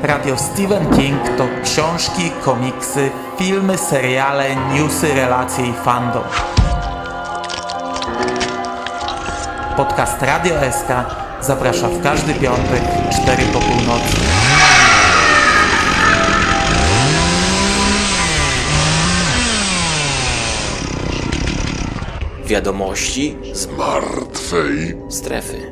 Radio Stephen King to książki, komiksy, filmy, seriale, newsy, relacje i fandom. Podcast Radio SK zaprasza w każdy piątek 4 po północy. Wiadomości z martwej strefy.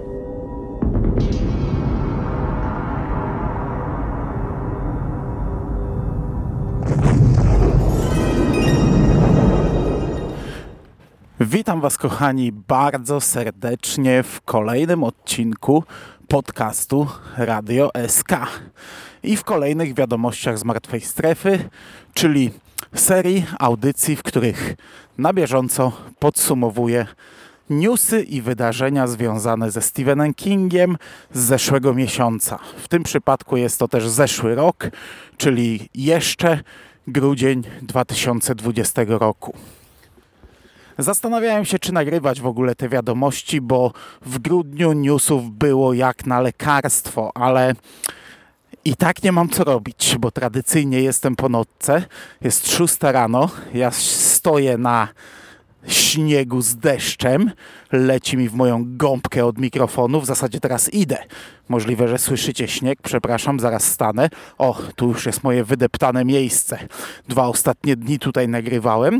Witam Was, kochani, bardzo serdecznie w kolejnym odcinku podcastu Radio SK i w kolejnych wiadomościach z martwej strefy, czyli serii audycji, w których na bieżąco podsumowuję newsy i wydarzenia związane ze Stephenem Kingiem z zeszłego miesiąca. W tym przypadku jest to też zeszły rok, czyli jeszcze grudzień 2020 roku. Zastanawiałem się, czy nagrywać w ogóle te wiadomości, bo w grudniu newsów było jak na lekarstwo, ale i tak nie mam co robić, bo tradycyjnie jestem po nocce, jest 6 rano, ja stoję na śniegu z deszczem, leci mi w moją gąbkę od mikrofonu, w zasadzie teraz idę. Możliwe, że słyszycie śnieg, przepraszam, zaraz stanę. O, tu już jest moje wydeptane miejsce. 2 ostatnie dni tutaj nagrywałem.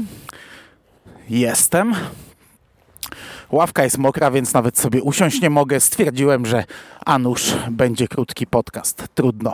Jestem. Ławka jest mokra, więc nawet sobie usiąść nie mogę. Stwierdziłem, że nuż będzie krótki podcast. Trudno.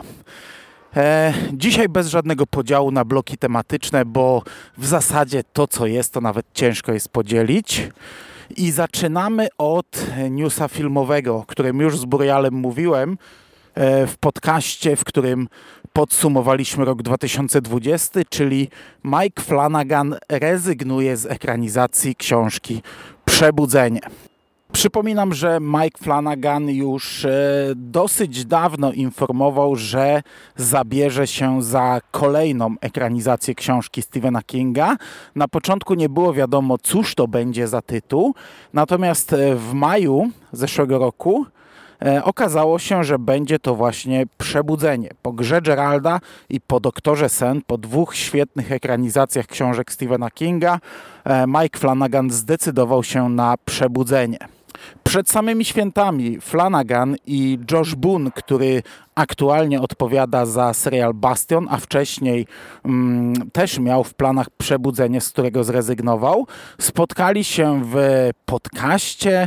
Dzisiaj bez żadnego podziału na bloki tematyczne, bo w zasadzie to, co jest, to nawet ciężko jest podzielić. I zaczynamy od newsa filmowego, o którym już z Burialem mówiłem w podcaście, w którym podsumowaliśmy rok 2020, czyli Mike Flanagan rezygnuje z ekranizacji książki Przebudzenie. Przypominam, że Mike Flanagan już dosyć dawno informował, że zabierze się za kolejną ekranizację książki Stephena Kinga. Na początku nie było wiadomo, cóż to będzie za tytuł, natomiast w maju zeszłego roku okazało się, że będzie to właśnie Przebudzenie. Po Grze Geralda i po Doktorze Sen, po 2 świetnych ekranizacjach książek Stephena Kinga, Mike Flanagan zdecydował się na Przebudzenie. Przed samymi świętami Flanagan i Josh Boone, który aktualnie odpowiada za serial Bastion, a wcześniej też miał w planach Przebudzenie, z którego zrezygnował, spotkali się w podcaście.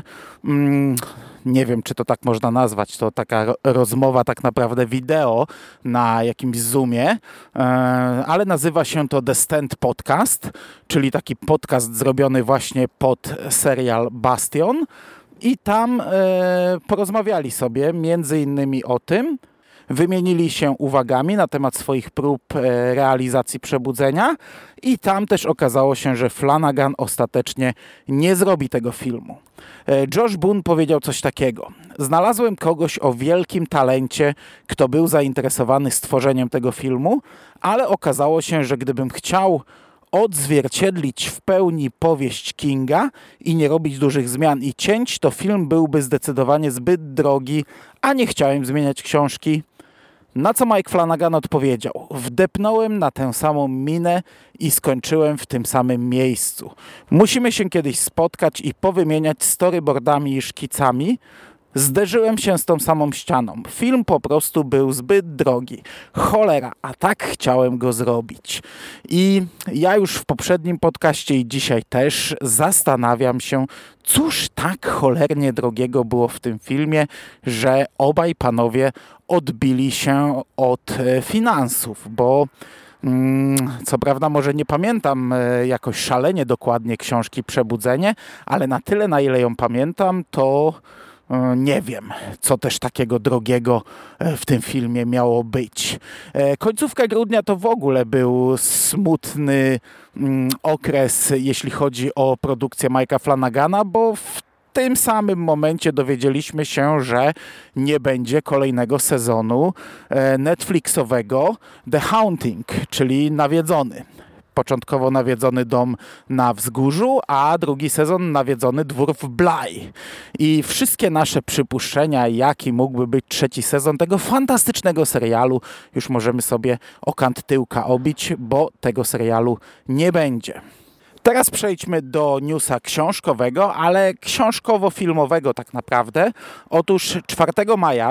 Nie wiem, czy to tak można nazwać, to taka rozmowa tak naprawdę wideo na jakimś Zoomie, ale nazywa się to The Stand Podcast, czyli taki podcast zrobiony właśnie pod serial Bastion i tam porozmawiali sobie między innymi o tym, wymienili się uwagami na temat swoich prób realizacji Przebudzenia i tam też okazało się, że Flanagan ostatecznie nie zrobi tego filmu. Josh Boone powiedział coś takiego. Znalazłem kogoś o wielkim talencie, kto był zainteresowany stworzeniem tego filmu, ale okazało się, że gdybym chciał odzwierciedlić w pełni powieść Kinga i nie robić dużych zmian i cięć, to film byłby zdecydowanie zbyt drogi, a nie chciałem zmieniać książki. Na co Mike Flanagan odpowiedział: wdepnąłem na tę samą minę i skończyłem w tym samym miejscu. Musimy się kiedyś spotkać i powymieniać storyboardami i szkicami. Zderzyłem się z tą samą ścianą. Film po prostu był zbyt drogi. Cholera, a tak chciałem go zrobić. I ja już w poprzednim podcaście i dzisiaj też zastanawiam się, cóż tak cholernie drogiego było w tym filmie, że obaj panowie odbili się od finansów, bo co prawda może nie pamiętam jakoś szalenie dokładnie książki Przebudzenie, ale na tyle, na ile ją pamiętam, to nie wiem, co też takiego drogiego w tym filmie miało być. Końcówka grudnia to w ogóle był smutny okres, jeśli chodzi o produkcję Mike'a Flanagana, bo w tym samym momencie dowiedzieliśmy się, że nie będzie kolejnego sezonu Netflixowego The Haunting, czyli Nawiedzony. początkowo nawiedzony dom na Wzgórzu, a drugi sezon nawiedzony dwór w Bly. I wszystkie nasze przypuszczenia, jaki mógłby być trzeci sezon tego fantastycznego serialu, już możemy sobie o kant tyłka obić, bo tego serialu nie będzie. Teraz przejdźmy do newsa książkowego, ale książkowo-filmowego tak naprawdę. Otóż 4 maja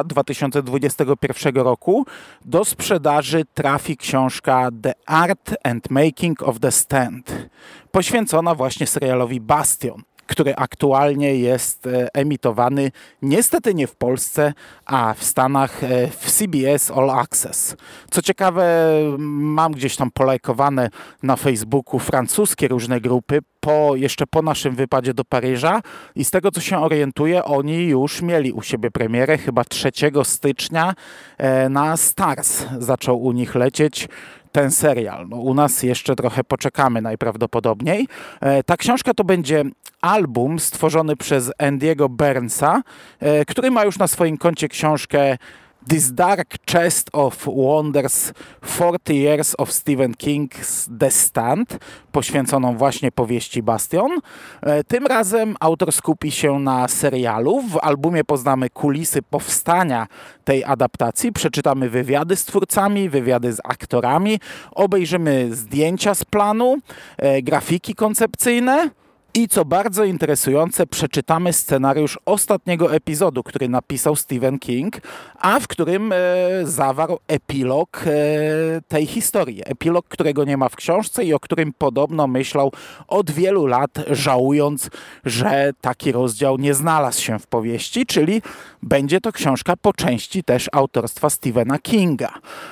2021 roku do sprzedaży trafi książka The Art and Making of the Stand, poświęcona właśnie serialowi Bastion, który aktualnie jest emitowany niestety nie w Polsce, a w Stanach w CBS All Access. Co ciekawe, mam gdzieś tam polajkowane na Facebooku francuskie różne grupy, jeszcze po naszym wypadzie do Paryża i z tego co się orientuję, oni już mieli u siebie premierę, chyba 3 stycznia na Stars zaczął u nich lecieć ten serial. No, u nas jeszcze trochę poczekamy najprawdopodobniej. Ta książka to będzie album stworzony przez Andy'ego Burnsa, który ma już na swoim koncie książkę This Dark Chest of Wonders 40 Years of Stephen King's The Stand, poświęconą właśnie powieści Bastion. Tym razem autor skupi się na serialu. W albumie poznamy kulisy powstania tej adaptacji, przeczytamy wywiady z twórcami, wywiady z aktorami, obejrzymy zdjęcia z planu, grafiki koncepcyjne. I co bardzo interesujące, przeczytamy scenariusz ostatniego epizodu, który napisał Stephen King, a w którym zawarł epilog tej historii. Epilog, którego nie ma w książce i o którym podobno myślał od wielu lat, żałując, że taki rozdział nie znalazł się w powieści, czyli będzie to książka po części też autorstwa Stephena Kinga.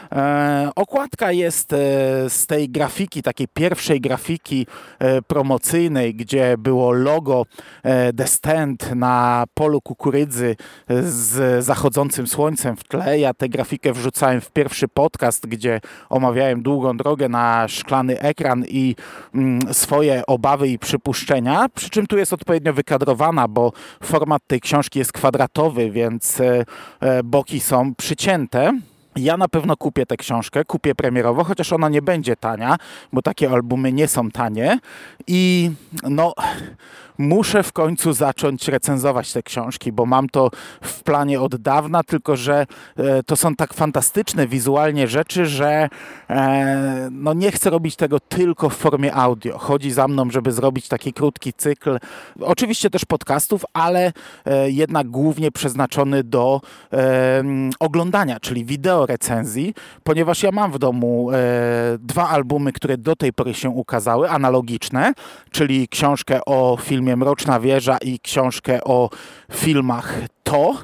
Okładka jest z tej grafiki, takiej pierwszej grafiki promocyjnej, gdzie było logo The Stand na polu kukurydzy z zachodzącym słońcem w tle. Ja tę grafikę wrzucałem w pierwszy podcast, gdzie omawiałem długą drogę na szklany ekran i swoje obawy i przypuszczenia, przy czym tu jest odpowiednio wykadrowana, bo format tej książki jest kwadratowy, więc boki są przycięte. Ja na pewno kupię tę książkę, kupię premierowo, chociaż ona nie będzie tania, bo takie albumy nie są tanie i no muszę w końcu zacząć recenzować te książki, bo mam to w planie od dawna, tylko że to są tak fantastyczne wizualnie rzeczy, że no nie chcę robić tego tylko w formie audio. Chodzi za mną, żeby zrobić taki krótki cykl, oczywiście też podcastów, ale jednak głównie przeznaczony do oglądania, czyli wideo recenzji, ponieważ ja mam w domu 2 albumy, które do tej pory się ukazały, analogiczne, czyli książkę o filmie Mroczna Wieża i książkę o filmach To.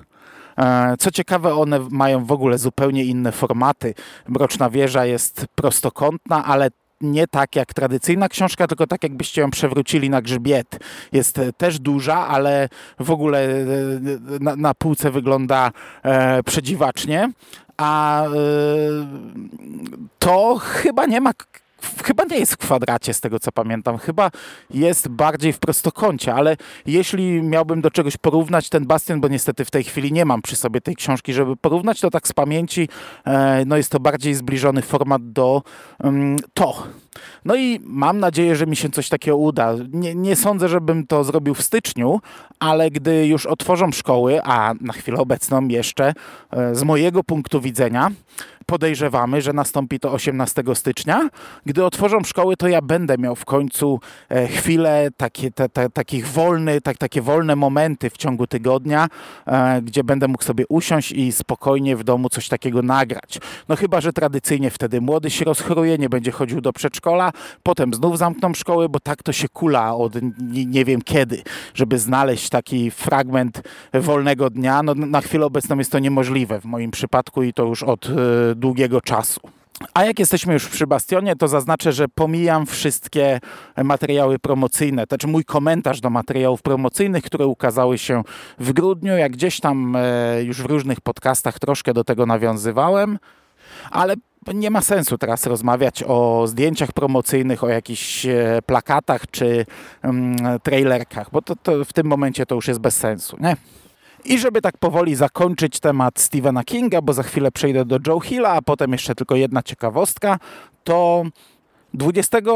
Co ciekawe, one mają w ogóle zupełnie inne formaty. Mroczna Wieża jest prostokątna, ale nie tak jak tradycyjna książka, tylko tak jakbyście ją przewrócili na grzbiet. Jest też duża, ale w ogóle na półce wygląda przedziwacznie. A to chyba nie jest w kwadracie, z tego co pamiętam. Chyba jest bardziej w prostokącie, ale jeśli miałbym do czegoś porównać ten Bastion, bo niestety w tej chwili nie mam przy sobie tej książki, żeby porównać, to tak z pamięci no jest to bardziej zbliżony format do To. No i mam nadzieję, że mi się coś takiego uda. Nie sądzę, żebym to zrobił w styczniu, ale gdy już otworzą szkoły, a na chwilę obecną jeszcze z mojego punktu widzenia podejrzewamy, że nastąpi to 18 stycznia. Gdy otworzą szkoły, to ja będę miał w końcu chwilę takie wolne momenty w ciągu tygodnia, gdzie będę mógł sobie usiąść i spokojnie w domu coś takiego nagrać. No chyba, że tradycyjnie wtedy młody się rozchoruje, nie będzie chodził do przedszkola, potem znów zamkną szkoły, bo tak to się kula od nie wiem kiedy, żeby znaleźć taki fragment wolnego dnia. No na chwilę obecną jest to niemożliwe w moim przypadku i to już od długiego czasu. A jak jesteśmy już przy Bastionie, to zaznaczę, że pomijam wszystkie materiały promocyjne, to znaczy mój komentarz do materiałów promocyjnych, które ukazały się w grudniu, jak gdzieś tam już w różnych podcastach troszkę do tego nawiązywałem, ale nie ma sensu teraz rozmawiać o zdjęciach promocyjnych, o jakichś plakatach czy trailerkach, bo to w tym momencie to już jest bez sensu, nie? I żeby tak powoli zakończyć temat Stephena Kinga, bo za chwilę przejdę do Joe Hilla, a potem jeszcze tylko jedna ciekawostka, to 28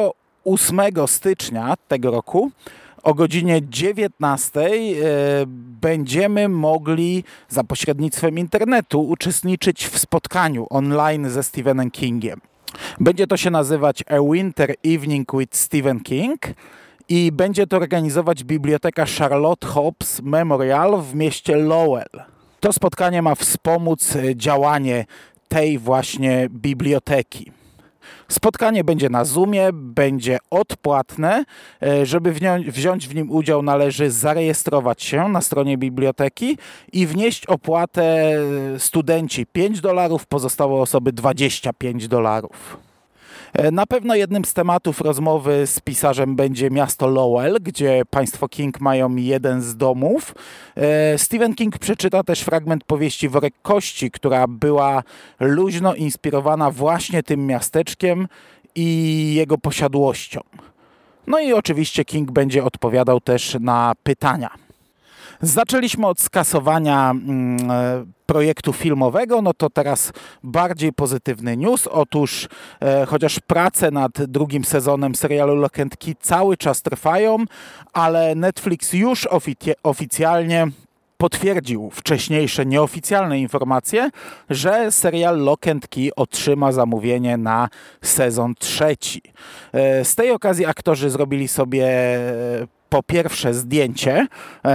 8 stycznia tego roku o godzinie 19 będziemy mogli za pośrednictwem internetu uczestniczyć w spotkaniu online ze Stephenem Kingiem. Będzie to się nazywać A Winter Evening with Stephen King i będzie to organizować Biblioteka Charlotte Hobbs Memorial w mieście Lowell. To spotkanie ma wspomóc działanie tej właśnie biblioteki. Spotkanie będzie na Zoomie, będzie odpłatne. Żeby wziąć w nim udział, należy zarejestrować się na stronie biblioteki i wnieść opłatę studenci $5, pozostałe osoby $25. Na pewno jednym z tematów rozmowy z pisarzem będzie miasto Lowell, gdzie państwo King mają jeden z domów. Stephen King przeczyta też fragment powieści Worek Kości, która była luźno inspirowana właśnie tym miasteczkiem i jego posiadłością. No i oczywiście King będzie odpowiadał też na pytania. Zaczęliśmy od skasowania projektu filmowego, no to teraz bardziej pozytywny news. Otóż chociaż prace nad drugim sezonem serialu Lock and Key cały czas trwają, ale Netflix już oficjalnie potwierdził wcześniejsze nieoficjalne informacje, że serial Lock and Key otrzyma zamówienie na sezon 3. Z tej okazji aktorzy zrobili sobie po pierwsze zdjęcie,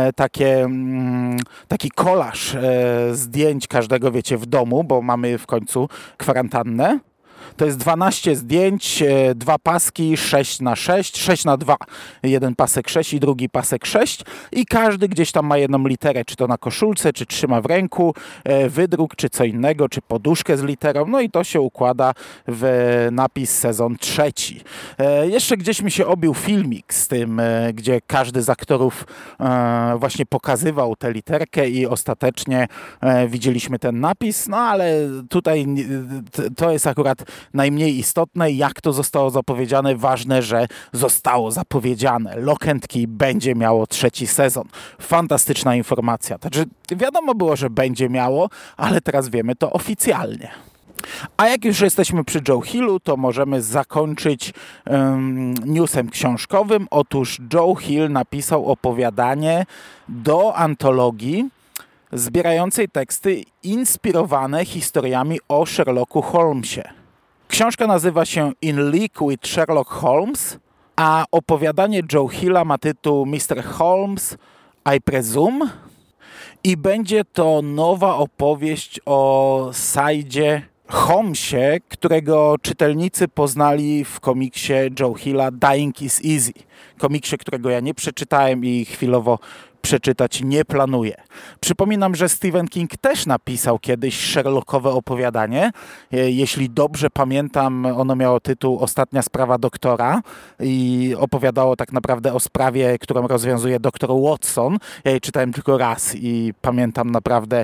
taki kolaż zdjęć każdego, wiecie, w domu, bo mamy w końcu kwarantannę. To jest 12 zdjęć, 2 paski 6x6, 6x2. Jeden pasek 6 i drugi pasek 6 i każdy gdzieś tam ma jedną literę, czy to na koszulce, czy trzyma w ręku, wydruk, czy co innego, czy poduszkę z literą. No i to się układa w napis sezon 3. Jeszcze gdzieś mi się obił filmik z tym, gdzie każdy z aktorów właśnie pokazywał tę literkę i ostatecznie widzieliśmy ten napis, no ale tutaj to jest akurat najmniej istotne, jak to zostało zapowiedziane. Ważne, że zostało zapowiedziane. Lock and Key będzie miało 3 sezon. Fantastyczna informacja. Także wiadomo było, że będzie miało, ale teraz wiemy to oficjalnie. A jak już jesteśmy przy Joe Hillu, to możemy zakończyć newsem książkowym. Otóż Joe Hill napisał opowiadanie do antologii zbierającej teksty inspirowane historiami o Sherlocku Holmesie. Książka nazywa się In League with Sherlock Holmes, a opowiadanie Joe Hilla ma tytuł Mr. Holmes, I Presume i będzie to nowa opowieść o Sydzie Holmesie, którego czytelnicy poznali w komiksie Joe Hilla Dying is Easy. Komiksie, którego ja nie przeczytałem i chwilowo przeczytać nie planuję. Przypominam, że Stephen King też napisał kiedyś Sherlockowe opowiadanie. Jeśli dobrze pamiętam, ono miało tytuł Ostatnia sprawa doktora i opowiadało tak naprawdę o sprawie, którą rozwiązuje doktor Watson. Ja jej czytałem tylko raz i pamiętam naprawdę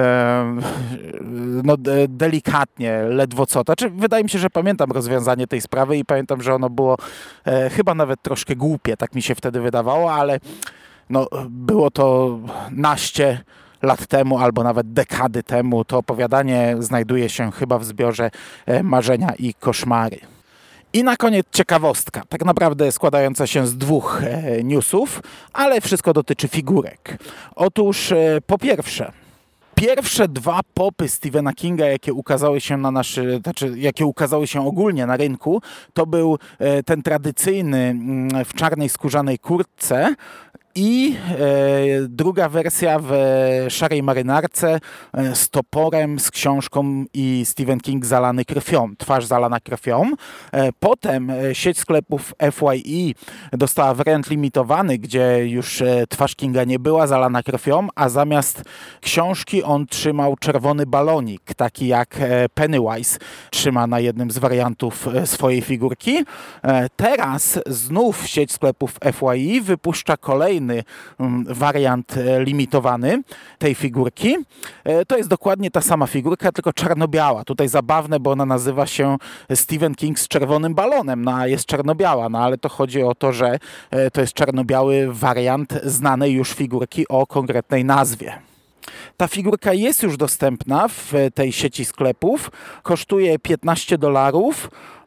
delikatnie, ledwo co. Znaczy, wydaje mi się, że pamiętam rozwiązanie tej sprawy i pamiętam, że ono było chyba nawet troszkę głupie, tak mi się wtedy wydawało, ale było to naście lat temu albo nawet dekady temu. To opowiadanie znajduje się chyba w zbiorze Marzenia i koszmary. I na koniec ciekawostka, tak naprawdę składająca się z 2 newsów, ale wszystko dotyczy figurek. Otóż po pierwsze 2 popy Stephena Kinga, jakie ukazały się jakie ukazały się ogólnie na rynku, to był ten tradycyjny w czarnej skórzanej kurtce i druga wersja w szarej marynarce z toporem, z książką i Stephen King zalany krwią, twarz zalana krwią. Potem sieć sklepów FYE dostała wariant limitowany, gdzie już twarz Kinga nie była zalana krwią, a zamiast książki on trzymał czerwony balonik, taki jak Pennywise trzyma na jednym z wariantów swojej figurki. Teraz znów sieć sklepów FYE wypuszcza kolejny wariant limitowany tej figurki. To jest dokładnie ta sama figurka, tylko czarno-biała. Tutaj zabawne, bo ona nazywa się Stephen King z czerwonym balonem, a jest czarno-biała, ale to chodzi o to, że to jest czarno-biały wariant znanej już figurki o konkretnej nazwie. Ta figurka jest już dostępna w tej sieci sklepów. Kosztuje $15.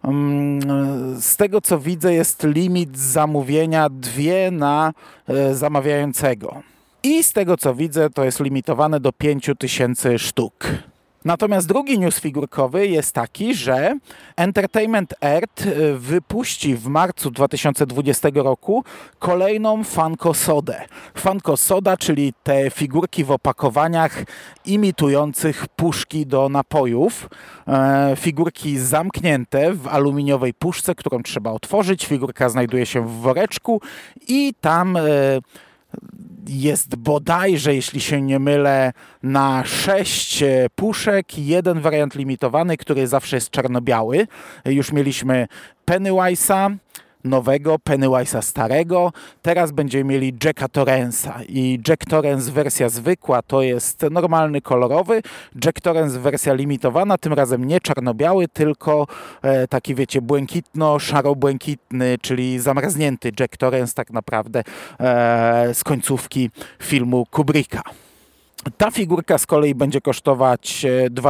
Z tego co widzę, jest limit zamówienia 2 na zamawiającego. I z tego co widzę, to jest limitowane do 5000 sztuk. Natomiast drugi news figurkowy jest taki, że Entertainment Earth wypuści w marcu 2020 roku kolejną Funko Sodę. Funko Soda, czyli te figurki w opakowaniach imitujących puszki do napojów. Figurki zamknięte w aluminiowej puszce, którą trzeba otworzyć. Figurka znajduje się w woreczku i tam jest bodajże, jeśli się nie mylę, na 6 puszek, jeden wariant limitowany, który zawsze jest czarno-biały. Już mieliśmy Pennywise'a nowego, Pennywise'a starego. Teraz będziemy mieli Jacka Torrance'a i Jack Torrance wersja zwykła to jest normalny kolorowy, Jack Torrance wersja limitowana, tym razem nie czarno-biały, tylko taki wiecie błękitno-szaro-błękitny, czyli zamarznięty Jack Torrance tak naprawdę z końcówki filmu Kubricka. Ta figurka z kolei będzie kosztować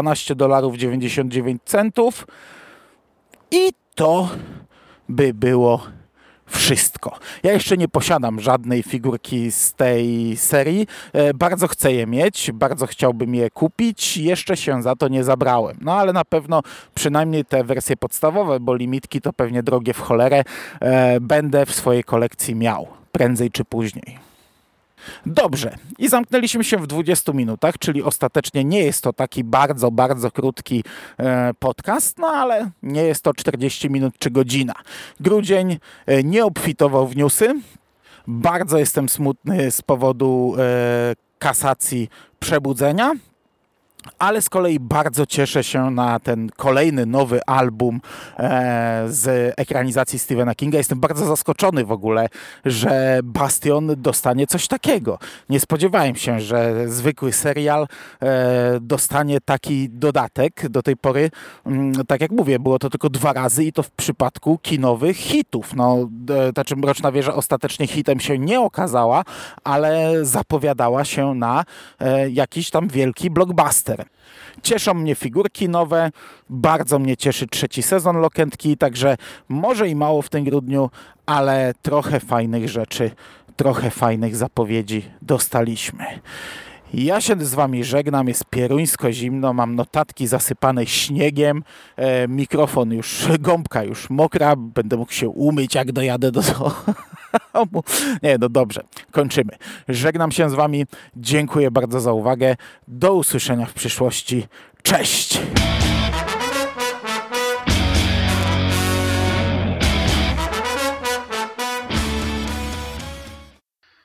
$12,99 i to by było wszystko. Ja jeszcze nie posiadam żadnej figurki z tej serii. Bardzo chcę je mieć, bardzo chciałbym je kupić. Jeszcze się za to nie zabrałem. No ale na pewno przynajmniej te wersje podstawowe, bo limitki to pewnie drogie w cholerę, będę w swojej kolekcji miał. Prędzej czy później. Dobrze, i zamknęliśmy się w 20 minutach, czyli ostatecznie nie jest to taki bardzo, bardzo krótki podcast, no ale nie jest to 40 minut czy godzina. Grudzień nie obfitował w newsy. Bardzo jestem smutny z powodu kasacji Przebudzenia. Ale z kolei bardzo cieszę się na ten kolejny nowy album z ekranizacji Stephena Kinga. Jestem bardzo zaskoczony w ogóle, że Bastion dostanie coś takiego. Nie spodziewałem się, że zwykły serial dostanie taki dodatek. Do tej pory, tak jak mówię, było to tylko 2 razy i to w przypadku kinowych hitów. No, znaczy Mroczna Wieża ostatecznie hitem się nie okazała, ale zapowiadała się na jakiś tam wielki blockbuster. Cieszą mnie figurki nowe, bardzo mnie cieszy 3. sezon Lock and Key, także może i mało w tym grudniu, ale trochę fajnych rzeczy, trochę fajnych zapowiedzi dostaliśmy. Ja się z wami żegnam, jest pieruńsko zimno, mam notatki zasypane śniegiem, mikrofon już, gąbka już mokra, będę mógł się umyć jak dojadę do domu. Nie, no dobrze, kończymy. Żegnam się z wami, dziękuję bardzo za uwagę, do usłyszenia w przyszłości, cześć!